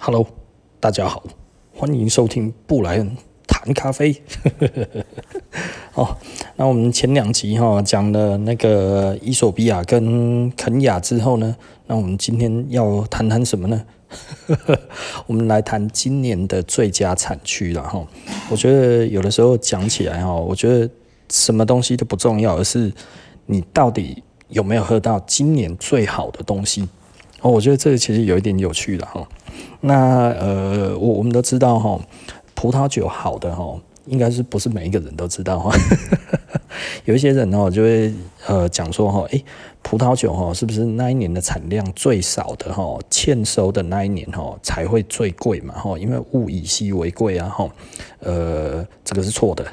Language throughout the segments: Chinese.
Hello，大家好，欢迎收听布莱恩谈咖啡。那我们前2集讲了那个伊索比亚跟肯亚之后呢，那我们今天要谈谈什么呢？我们来谈今年的最佳产区啦齁。我觉得有的时候讲起来我觉得什么东西都不重要，而是你到底有没有喝到今年最好的东西。我觉得这个其实有一点有趣啦齁。那我们都知道葡萄酒好的应该是不是每一个人都知道有一些人就会讲说葡萄酒是不是那一年的产量最少的欠收的那一年才会最贵嘛因为物以稀为贵啊这个是错的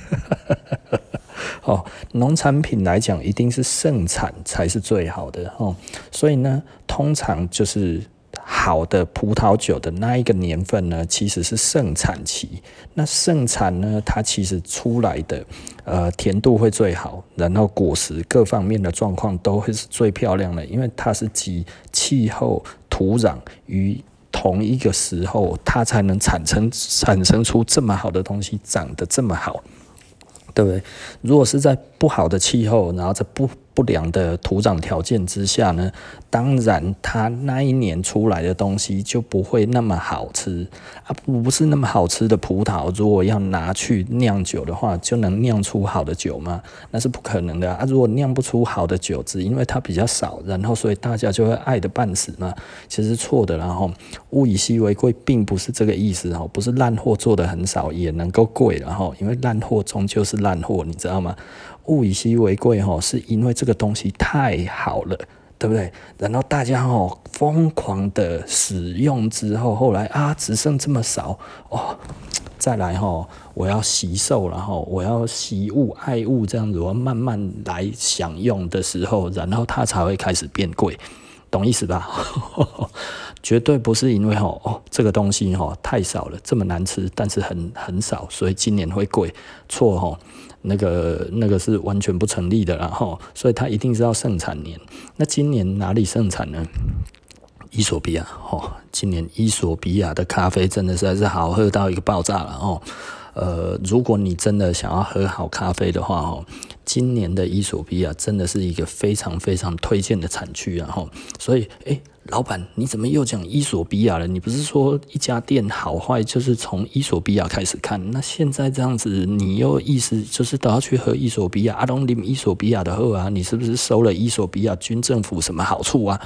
农产品来讲一定是盛产才是最好的所以呢通常就是好的葡萄酒的那一个年份呢，其实是盛产期。那盛产呢，它其实出来的甜度会最好，然后果实各方面的状况都会是最漂亮的，因为它是集气候、土壤于同一个时候，它才能产生出这么好的东西，长得这么好。对不对？如果是在不好的气候，然后在不良的土壤条件之下呢，当然它那一年出来的东西就不会那么好吃啊。不是那么好吃的葡萄，如果要拿去酿酒的话，就能酿出好的酒吗？那是不可能的啊。如果酿不出好的酒，只因为它比较少，然后所以大家就会爱得半死嘛，其实是错的。然后物以稀为贵，并不是这个意思不是烂货做得很少也能够贵，然后因为烂货终究是烂货，你知道吗？物以稀为贵是因为这个东西太好了，对不对？然后大家疯狂的使用之后，后来只剩这么少再来我要惜售，然后我要惜物爱物，这样子我要慢慢来享用的时候，然后它才会开始变贵，懂意思吧？绝对不是因为这个东西太少了，这么难吃，但是很少，所以今年会贵，错那个是完全不成立的啦所以它一定是要盛产年。那今年哪里盛产呢？伊索比亚今年伊索比亚的咖啡真的实在是好喝到一个爆炸了如果你真的想要喝好咖啡的话今年的伊索比亚真的是一个非常非常推荐的产区所以老板你怎么又讲伊索比亚了？你不是说一家店好坏就是从伊索比亚开始看？那现在这样子你又意思就是都要去喝伊索比亚都啉伊索比亚的喝啊？你是不是收了伊索比亚军政府什么好处啊？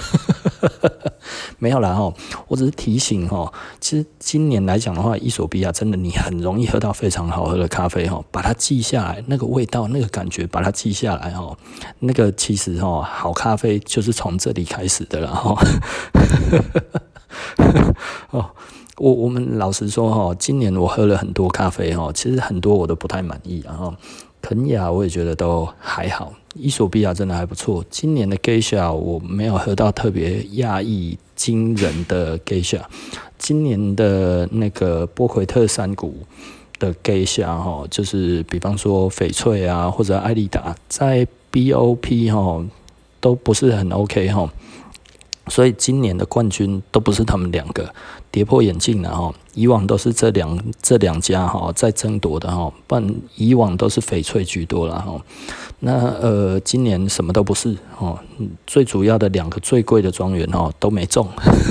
没有啦我只是提醒其实今年来讲的话，伊索比亚真的你很容易喝到非常好喝的咖啡把它记下来，那个味道那个感觉把它记下来那个其实好咖啡就是从这里开始的啦我们老实说今年我喝了很多咖啡其实很多我都不太满意肯亚我也觉得都还好，伊索比亚真的还不错。今年的 Geisha 我没有喝到特别讶异惊人的 Geisha， 今年的那个波奎特山谷的 Geisha 就是比方说翡翠啊或者艾丽达，在 BOP 都不是很 OK 所以今年的冠军都不是他们两个，跌破眼镜了以往都是这两家在争夺的不然以往都是翡翠居多啦那今年什么都不是最主要的2个最贵的庄园都没中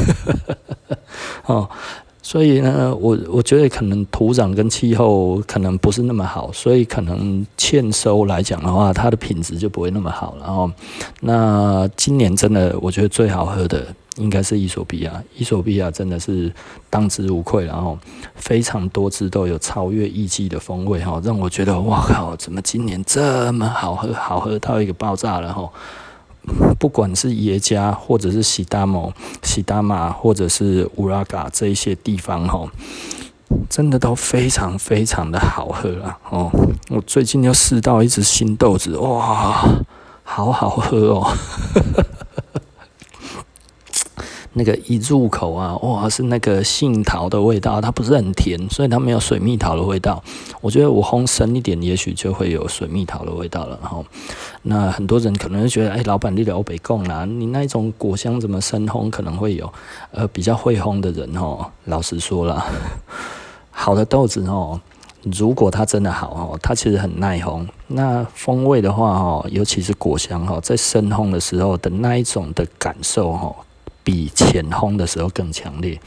所以呢，我觉得可能土壤跟气候可能不是那么好，所以可能欠收来讲的话，它的品质就不会那么好了那今年真的，我觉得最好喝的应该是伊索比亚。伊索比亚真的是当之无愧，然后非常多支都有超越艺伎的风味让我觉得哇靠，怎么今年这么好喝，好喝到一个爆炸了不管是耶加或者是喜达玛或者是乌拉嘎这一些地方真的都非常非常的好喝啦我最近又试到一支新豆子，哇，好好喝那个一入口啊，哇，是那个杏桃的味道，它不是很甜，所以它没有水蜜桃的味道。我觉得我烘深一点，也许就会有水蜜桃的味道了。那很多人可能会觉得，老板你了北贡啦，你那一种果香怎么深烘可能会有？比较会烘的人老实说啦，好的豆子如果它真的好它其实很耐烘。那风味的话尤其是果香在深烘的时候的那一种的感受比浅烘的时候更强烈。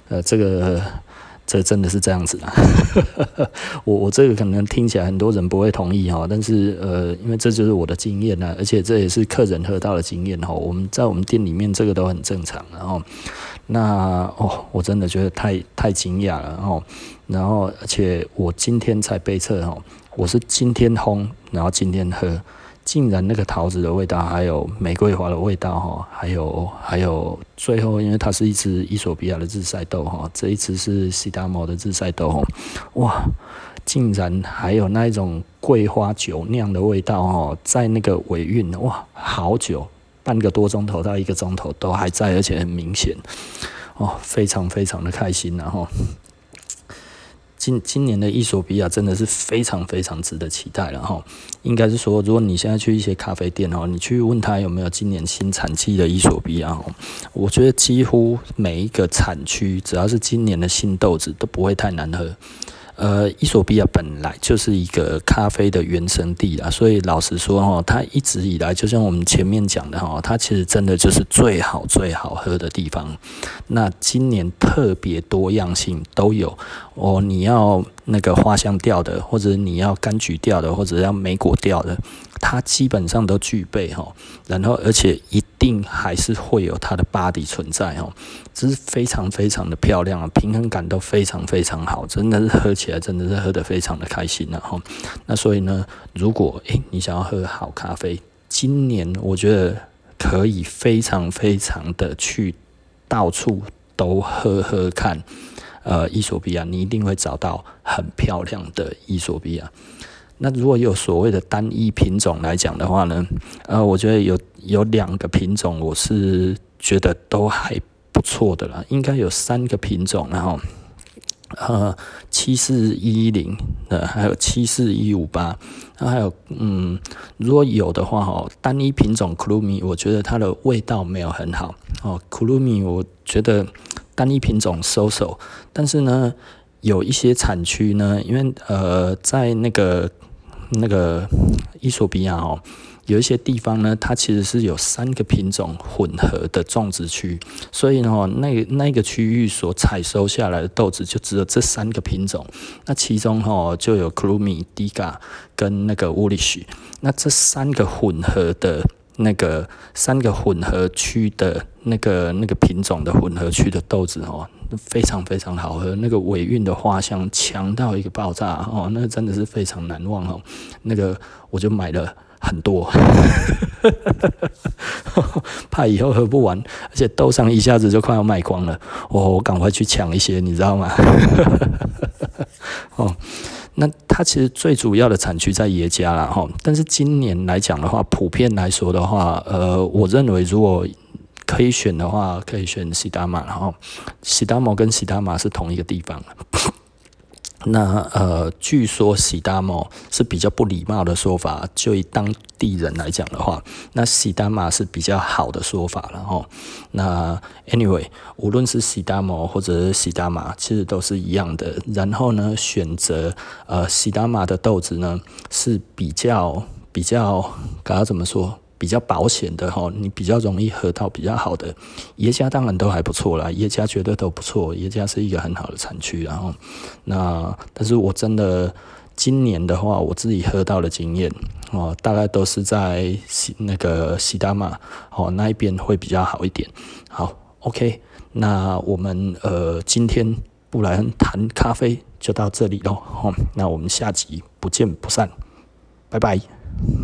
这真的是这样子啦。我这个可能听起来很多人不会同意但是因为这就是我的经验而且这也是客人喝到的经验我们在我们店里面这个都很正常那我真的觉得太惊讶了然后而且我今天才杯测我是今天烘，然后今天喝。竟然那个桃子的味道，还有玫瑰花的味道还有最后，因为它是一支伊索比亚的日晒豆这一支是西达摩的日晒豆哇，竟然还有那一种桂花酒酿的味道在那个尾韵哇，好久半个多钟头到1个钟头都还在，而且很明显非常非常的开心今年的伊索比亚真的是非常非常值得期待了应该是说，如果你现在去一些咖啡店你去问他有没有今年新产季的伊索比亚我觉得几乎每一个产区只要是今年的新豆子都不会太难喝。伊索比亚本来就是一个咖啡的原生地啦，所以老实说它一直以来就像我们前面讲的它其实真的就是最好喝的地方。那今年特别多样性都有你要那个花香调的，或者你要柑橘调的，或者要莓果调的，它基本上都具备然后而且一定还是会有它的 body 存在这是非常非常的漂亮平衡感都非常非常好，真的是喝起来真的是喝得非常的开心那所以呢，如果你想要喝好咖啡，今年我觉得可以非常非常的去到处都喝看伊索比亚，你一定会找到很漂亮的伊索比亚。那如果有所谓的单一品种来讲的话呢，我觉得有2个品种我是觉得都还不错的啦，应该有3个品种，然后74110还有74158，还有如果有的话单一品种 Kurumi 我觉得它的味道没有很好Kurumi 我觉得单一品种收，但是呢有一些产区呢，因为在那个伊索比亚有一些地方呢，它其实是有3个品种混合的种植区，所以呢，那个区域所采收下来的豆子就只有这3个品种。那其中就有 Kurumi、Diga 跟那个 Woolwich。那这3个混合的3个混合区的那个品种的混合区的豆子非常非常好喝，那个尾韵的花香强到一个爆炸那个真的是非常难忘那个我就买了很多怕以后喝不完，而且豆上一下子就快要卖光了我赶快去抢一些，你知道吗那它其实最主要的产区在耶加啦但是今年来讲的话，普遍来说的话我认为如果可以选的话，可以选西达玛，然后西达摩跟西达玛是同一个地方。那据说西达摩是比较不礼貌的说法，就以当地人来讲的话，那西达玛是比较好的说法了那 anyway， 无论是西达摩或者是西达玛，其实都是一样的。然后呢，选择西达玛的豆子呢是比较该要怎么说？比较保险的你比较容易喝到比较好的。耶加当然都还不错啦，耶加绝对都不错，耶加是一个很好的产区但是我真的今年的话，我自己喝到的经验大概都是在那个西达玛那一边会比较好一点。好 ，OK， 那我们今天布莱恩谈咖啡就到这里咯那我们下集不见不散，拜拜。